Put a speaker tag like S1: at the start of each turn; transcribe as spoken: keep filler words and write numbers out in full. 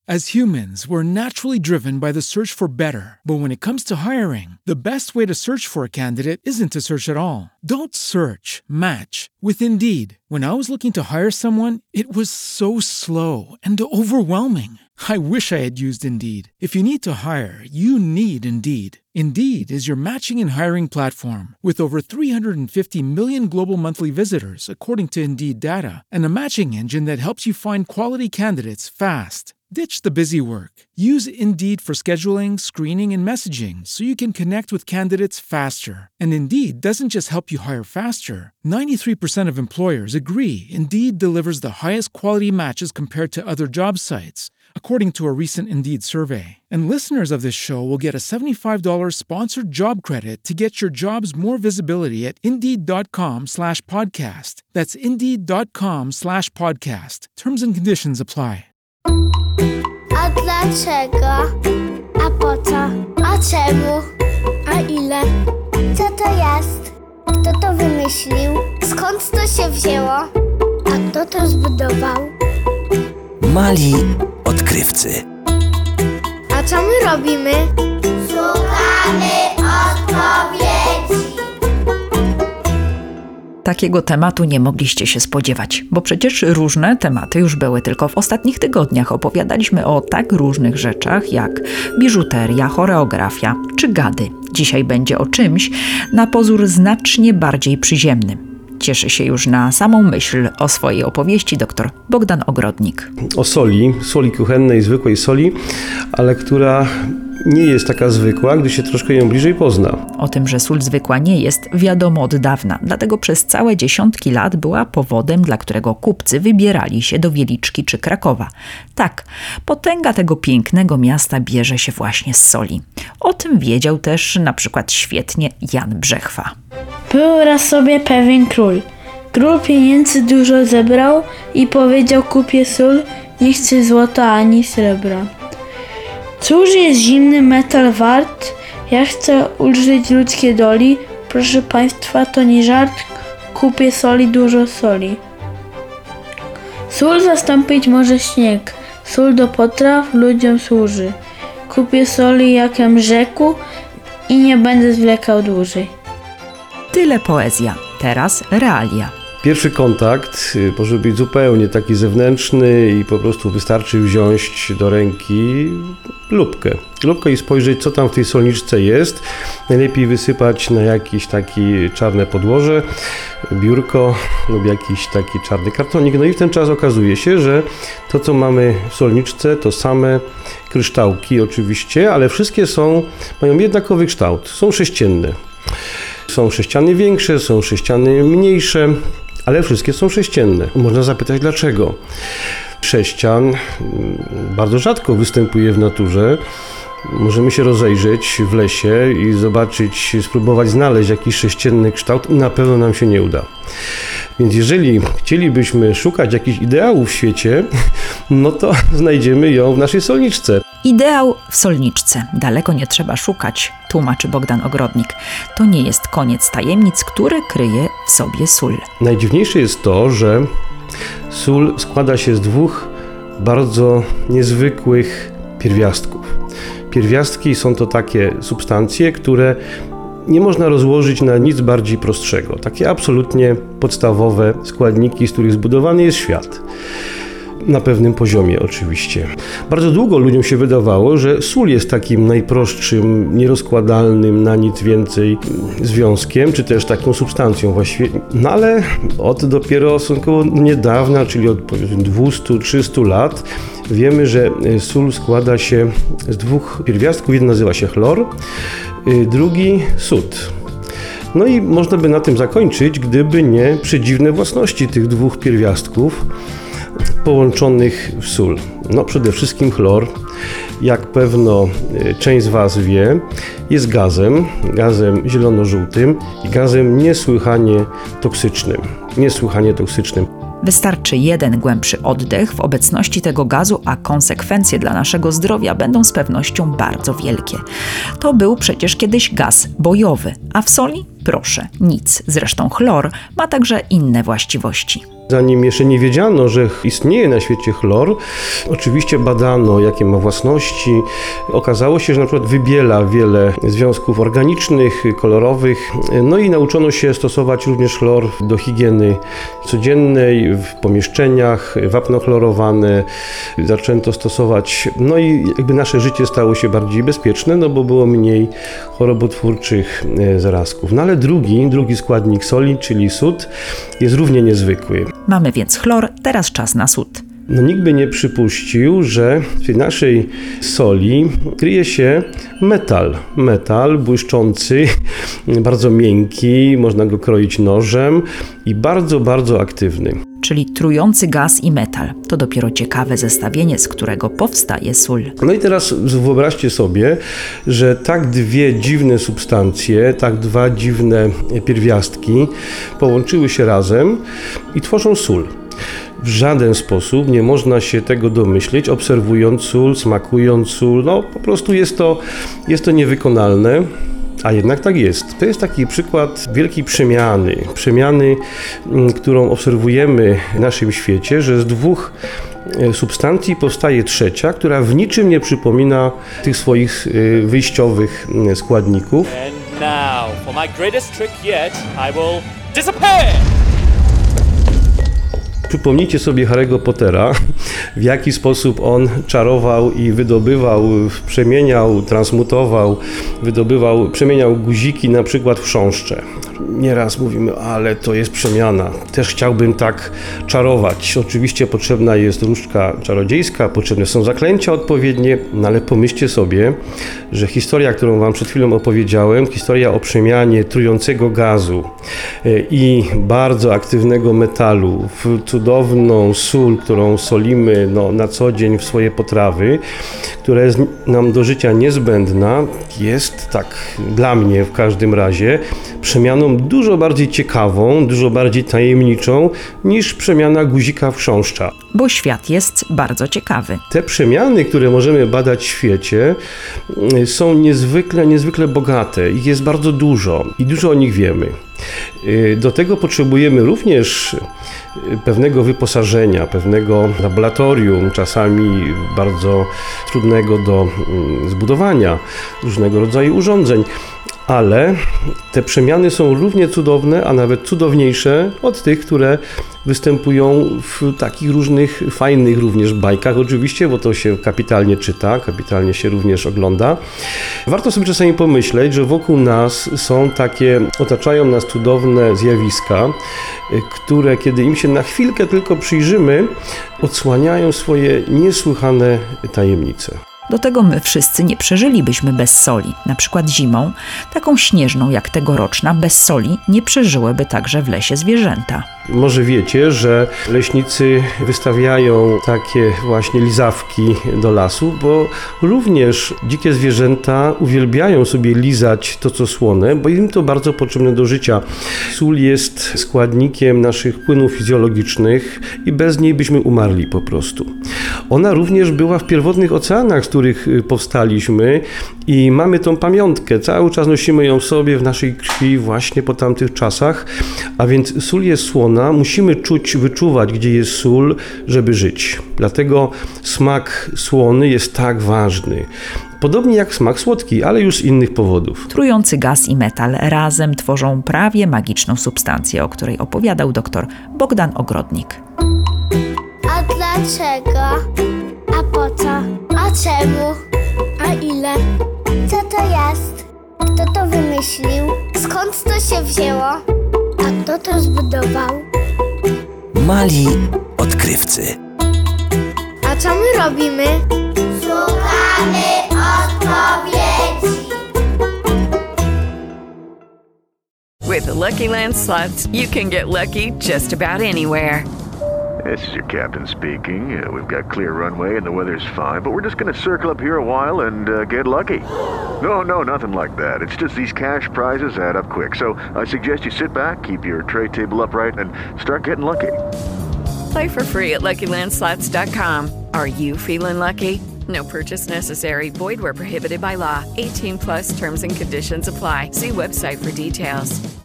S1: As humans, we're naturally driven by the search for better. But when it comes to hiring, the best way to search for a candidate isn't to search at all. Don't search, match with Indeed. When I was looking to hire someone, it was so slow and overwhelming. I wish I had used Indeed. If you need to hire, you need Indeed. Indeed is your matching and hiring platform with over three hundred fifty million global monthly visitors, according to Indeed data, and a matching engine that helps you find quality candidates fast. Ditch the busy work. Use Indeed for scheduling, screening, and messaging so you can connect with candidates faster. And Indeed doesn't just help you hire faster. ninety-three percent of employers agree Indeed delivers the highest quality matches compared to other job sites, according to a recent Indeed survey. And listeners of this show will get a seventy-five dollars sponsored job credit to get your jobs more visibility at Indeed.com slash podcast. That's Indeed.com slash podcast. Terms and conditions apply.
S2: A dlaczego? A po co? A czemu? A ile? Co to jest? Kto to wymyślił? Skąd to się wzięło? A kto to zbudował?
S3: Mali odkrywcy.
S2: A co my robimy? Szukamy odpowiedzi.
S4: Takiego tematu nie mogliście się spodziewać, bo przecież różne tematy już były, tylko w ostatnich tygodniach opowiadaliśmy o tak różnych rzeczach jak biżuteria, choreografia czy gady. Dzisiaj będzie o czymś na pozór znacznie bardziej przyziemnym. Cieszy się już na samą myśl o swojej opowieści dr Bogdan Ogrodnik.
S5: O soli, soli kuchennej, zwykłej soli, ale która nie jest taka zwykła, gdy się troszkę ją bliżej pozna.
S4: O tym, że sól zwykła nie jest, wiadomo od dawna. Dlatego przez całe dziesiątki lat była powodem, dla którego kupcy wybierali się do Wieliczki czy Krakowa. Tak, potęga tego pięknego miasta bierze się właśnie z soli. O tym wiedział też na przykład świetnie Jan Brzechwa.
S6: Był raz sobie pewien król. Król pieniędzy dużo zebrał i powiedział kupie sól, nie chcę złota ani srebra. Cóż jest zimny metal wart? Ja chcę ulżyć ludzkie doli. Proszę państwa, to nie żart, kupię soli, dużo soli. Sól zastąpić może śnieg, sól do potraw ludziom służy. Kupię soli, jakem rzekł i nie będę zwlekał dłużej.
S4: Tyle poezja, teraz realia.
S5: Pierwszy kontakt może być zupełnie taki zewnętrzny i po prostu wystarczy wziąć do ręki lupkę. Lupkę i spojrzeć, co tam w tej solniczce jest. Najlepiej wysypać na jakieś takie czarne podłoże, biurko lub jakiś taki czarny kartonik. No i w ten czas okazuje się, że to, co mamy w solniczce, to same kryształki oczywiście, ale wszystkie są, mają jednakowy kształt, są sześcienne. Są sześciany większe, są sześciany mniejsze, ale wszystkie są sześcienne. Można zapytać dlaczego. Sześcian bardzo rzadko występuje w naturze. Możemy się rozejrzeć w lesie i zobaczyć, spróbować znaleźć jakiś sześcienny kształt. Na pewno nam się nie uda. Więc jeżeli chcielibyśmy szukać jakichś ideałów w świecie, no to znajdziemy ją w naszej solniczce.
S4: Ideał w solniczce. Daleko nie trzeba szukać, tłumaczy Bogdan Ogrodnik. To nie jest koniec tajemnic, które kryje w sobie sól.
S5: Najdziwniejsze jest to, że sól składa się z dwóch bardzo niezwykłych pierwiastków. Pierwiastki są to takie substancje, które nie można rozłożyć na nic bardziej prostszego. Takie absolutnie podstawowe składniki, z których zbudowany jest świat. Na pewnym poziomie oczywiście. Bardzo długo ludziom się wydawało, że sól jest takim najprostszym, nierozkładalnym na nic więcej związkiem, czy też taką substancją właściwie. No ale od dopiero stosunkowo niedawna, czyli od dwieście do trzystu lat, wiemy, że sól składa się z dwóch pierwiastków. Jeden nazywa się chlor, drugi sód. No i można by na tym zakończyć, gdyby nie przedziwne własności tych dwóch pierwiastków połączonych w sól. No przede wszystkim chlor, jak pewno część z Was wie, jest gazem, gazem zielono-żółtym i gazem niesłychanie toksycznym. Niesłychanie toksycznym.
S4: Wystarczy jeden głębszy oddech w obecności tego gazu, a konsekwencje dla naszego zdrowia będą z pewnością bardzo wielkie. To był przecież kiedyś gaz bojowy, a w soli proszę, nic. Zresztą chlor ma także inne właściwości.
S5: Zanim jeszcze nie wiedziano, że istnieje na świecie chlor, oczywiście badano, jakie ma własności. Okazało się, że na przykład wybiela wiele związków organicznych, kolorowych. No i nauczono się stosować również chlor do higieny codziennej, w pomieszczeniach, wapno chlorowane. Zaczęto stosować, no i jakby nasze życie stało się bardziej bezpieczne, no bo było mniej chorobotwórczych zarazków. No ale drugi, drugi składnik soli, czyli sód, jest równie niezwykły.
S4: Mamy więc chlor, teraz czas na sód.
S5: No nikt by nie przypuścił, że w tej naszej soli kryje się metal. Metal błyszczący, bardzo miękki, można go kroić nożem i bardzo, bardzo aktywny.
S4: Czyli trujący gaz i metal. To dopiero ciekawe zestawienie, z którego powstaje sól.
S5: No i teraz wyobraźcie sobie, że tak dwie dziwne substancje, tak dwa dziwne pierwiastki połączyły się razem i tworzą sól. W żaden sposób nie można się tego domyśleć, obserwując sól, smakując sól. No po prostu jest to, jest to niewykonalne. A jednak tak jest. To jest taki przykład wielkiej przemiany. Przemiany, którą obserwujemy w naszym świecie, że z dwóch substancji powstaje trzecia, która w niczym nie przypomina tych swoich wyjściowych składników.
S7: And now, for my greatest trick yet, I will disappear!
S5: Przypomnijcie sobie Harry'ego Pottera, w jaki sposób on czarował i wydobywał, przemieniał, transmutował, wydobywał, przemieniał guziki na przykład w chrząszcze. Nieraz mówimy, ale to jest przemiana. Też chciałbym tak czarować. Oczywiście potrzebna jest różdżka czarodziejska, potrzebne są zaklęcia odpowiednie, no ale pomyślcie sobie, że historia, którą wam przed chwilą opowiedziałem, historia o przemianie trującego gazu i bardzo aktywnego metalu w cudowną sól, którą solimy no, na co dzień w swoje potrawy, która jest nam do życia niezbędna, jest tak dla mnie w każdym razie przemianą dużo bardziej ciekawą, dużo bardziej tajemniczą niż przemiana guzika w chrząszcza.
S4: Bo świat jest bardzo ciekawy.
S5: Te przemiany, które możemy badać w świecie, są niezwykle, niezwykle bogate. Ich jest bardzo dużo i dużo o nich wiemy. Do tego potrzebujemy również pewnego wyposażenia, pewnego laboratorium, czasami bardzo trudnego do zbudowania, różnego rodzaju urządzeń. Ale te przemiany są równie cudowne, a nawet cudowniejsze od tych, które występują w takich różnych, fajnych również bajkach oczywiście, bo to się kapitalnie czyta, kapitalnie się również ogląda. Warto sobie czasami pomyśleć, że wokół nas są takie, otaczają nas cudowne zjawiska, które kiedy im się na chwilkę tylko przyjrzymy, odsłaniają swoje niesłychane tajemnice.
S4: Do tego my wszyscy nie przeżylibyśmy bez soli. Na przykład zimą, taką śnieżną jak tegoroczna, bez soli nie przeżyłyby także w lesie zwierzęta.
S5: Może wiecie, że leśnicy wystawiają takie właśnie lizawki do lasu, bo również dzikie zwierzęta uwielbiają sobie lizać to, co słone, bo im to bardzo potrzebne do życia. Sól jest składnikiem naszych płynów fizjologicznych i bez niej byśmy umarli po prostu. Ona również była w pierwotnych oceanach, z których powstaliśmy i mamy tą pamiątkę. Cały czas nosimy ją w sobie, w naszej krwi właśnie po tamtych czasach, a więc sól jest słona. Musimy czuć, wyczuwać, gdzie jest sól, żeby żyć. Dlatego smak słony jest tak ważny. Podobnie jak smak słodki, ale już z innych powodów.
S4: Trujący gaz i metal razem tworzą prawie magiczną substancję, o której opowiadał dr Bogdan Ogrodnik.
S2: A dlaczego? A po co? A czemu? A ile? Co to jest? Kto to wymyślił? Skąd to się wzięło? A kto to zbudował?
S3: Mali odkrywcy.
S2: A co my robimy? Szukamy odpowiedzi.
S8: With the Lucky Land Slots, you can get lucky just about anywhere.
S9: This is your captain speaking. Uh, we've got clear runway and the weather's fine, but we're just going to circle up here a while and uh, get lucky. No, no, nothing like that. It's just these cash prizes add up quick. So I suggest you sit back, keep your tray table upright, and start getting lucky.
S8: Play for free at Lucky Land Slots dot com. Are you feeling lucky? No purchase necessary. Void where prohibited by law. eighteen plus terms and conditions apply. See website for details.